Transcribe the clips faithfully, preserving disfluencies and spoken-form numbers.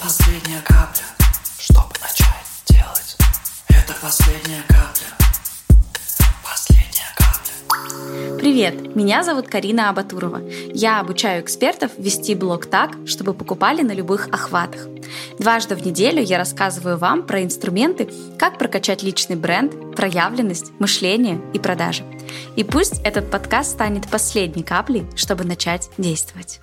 последняя капля, чтобы начать делать. Это последняя капля. Последняя капля. Привет, меня зовут Карина Абатурова. Я обучаю экспертов вести блог так, чтобы покупали на любых охватах. Дважды в неделю я рассказываю вам про инструменты, как прокачать личный бренд, проявленность, мышление и продажи. И пусть этот подкаст станет последней каплей, чтобы начать действовать.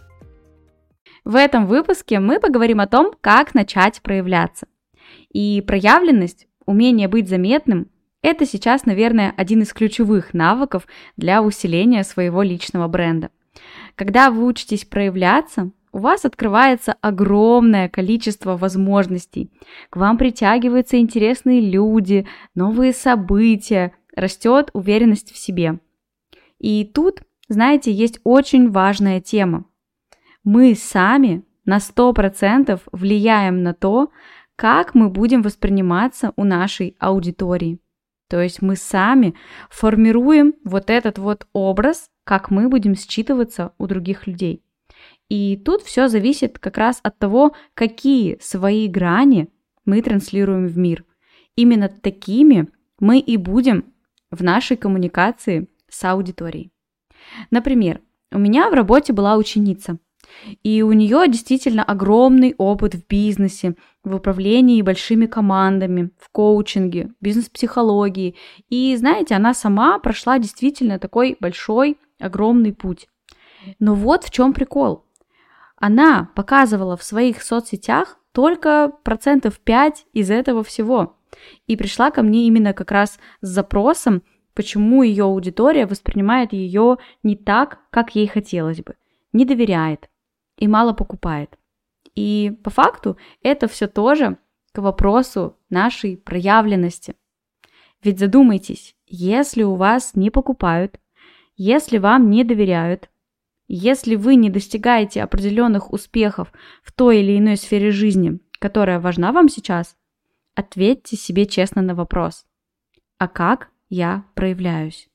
В этом выпуске мы поговорим о том, как начать проявляться. И проявленность, умение быть заметным, это сейчас, наверное, один из ключевых навыков для усиления своего личного бренда. Когда вы учитесь проявляться, у вас открывается огромное количество возможностей. К вам притягиваются интересные люди, новые события, растет уверенность в себе. И тут, знаете, есть очень важная тема. Мы сами на сто процентов влияем на то, как мы будем восприниматься у нашей аудитории. То есть мы сами формируем вот этот вот образ, как мы будем считываться у других людей. И тут все зависит как раз от того, какие свои грани мы транслируем в мир. Именно такими мы и будем в нашей коммуникации с аудиторией. Например, у меня в работе была ученица, и у нее действительно огромный опыт в бизнесе, в управлении большими командами, в коучинге, бизнес-психологии. И, знаете, она сама прошла действительно такой большой, огромный путь. Но вот в чем прикол. Она показывала в своих соцсетях только процентов пять из этого всего. И пришла ко мне именно как раз с запросом, почему ее аудитория воспринимает ее не так, как ей хотелось бы, не доверяет и мало покупает. И по факту это все тоже к вопросу нашей проявленности. Ведь задумайтесь, если у вас не покупают, если вам не доверяют, если вы не достигаете определенных успехов в той или иной сфере жизни, которая важна вам сейчас, ответьте себе честно на вопрос: а как я проявляюсь?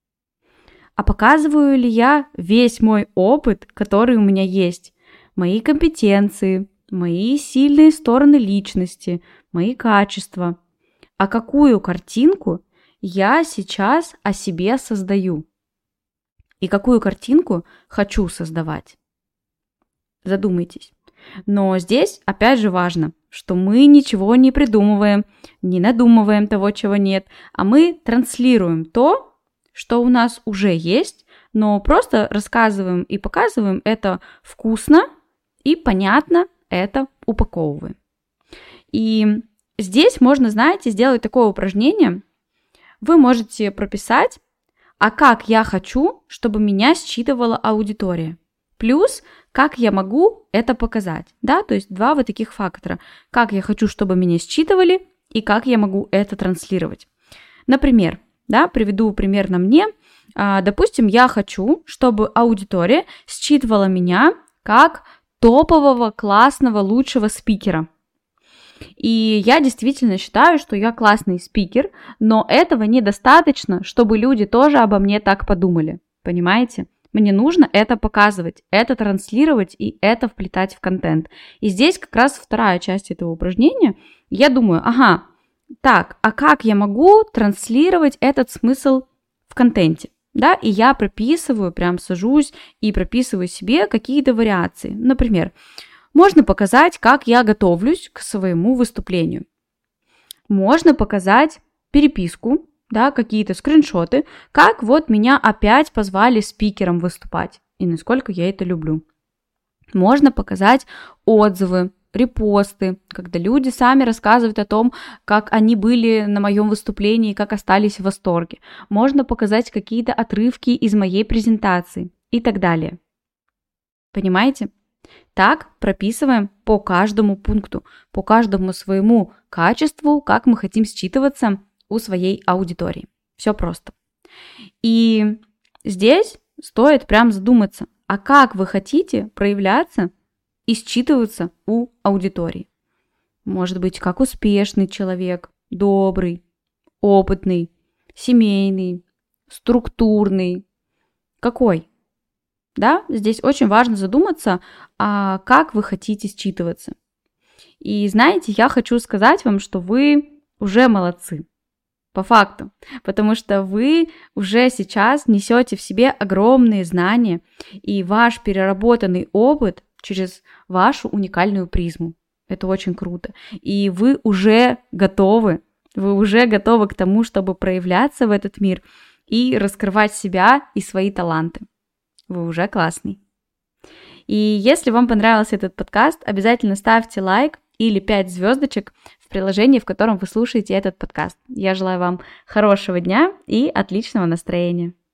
А показываю ли я весь мой опыт, который у меня есть? Мои компетенции, мои сильные стороны личности, мои качества. А какую картинку я сейчас о себе создаю? И какую картинку хочу создавать? Задумайтесь. Но здесь опять же важно, что мы ничего не придумываем, не надумываем того, чего нет, а мы транслируем то, что у нас уже есть, но просто рассказываем и показываем это вкусно и понятно, это упаковываем. И здесь можно, знаете, сделать такое упражнение. Вы можете прописать: а как я хочу, чтобы меня считывала аудитория? Плюс, как я могу это показать? Да, то есть два вот таких фактора. Как я хочу, чтобы меня считывали, и как я могу это транслировать. Например, да, приведу пример на мне. Допустим, я хочу, чтобы аудитория считывала меня как топового, классного, лучшего спикера. И я действительно считаю, что я классный спикер, но этого недостаточно, чтобы люди тоже обо мне так подумали. Понимаете? Мне нужно это показывать, это транслировать и это вплетать в контент. И здесь как раз вторая часть этого упражнения. Я думаю, ага, так, а как я могу транслировать этот смысл в контенте? Да, и я прописываю, прям сажусь и прописываю себе какие-то вариации. Например, можно показать, как я готовлюсь к своему выступлению. Можно показать переписку, да, какие-то скриншоты, как вот меня опять позвали спикером выступать, и насколько я это люблю. Можно показать отзывы, репосты, когда люди сами рассказывают о том, как они были на моем выступлении, как остались в восторге. Можно показать какие-то отрывки из моей презентации и так далее. Понимаете? Так прописываем по каждому пункту, по каждому своему качеству, как мы хотим считываться у своей аудитории. Все просто. И здесь стоит прям задуматься, а как вы хотите проявляться и считываться у аудитории? Может быть, как успешный человек, добрый, опытный, семейный, структурный. Какой? Да, здесь очень важно задуматься, а как вы хотите считываться. И знаете, я хочу сказать вам, что вы уже молодцы. По факту, потому что вы уже сейчас несете в себе огромные знания и ваш переработанный опыт через вашу уникальную призму. Это очень круто. И вы уже готовы, вы уже готовы к тому, чтобы проявляться в этот мир и раскрывать себя и свои таланты. Вы уже классный. И если вам понравился этот подкаст, обязательно ставьте лайк или пять звездочек в приложении, в котором вы слушаете этот подкаст. Я желаю вам хорошего дня и отличного настроения.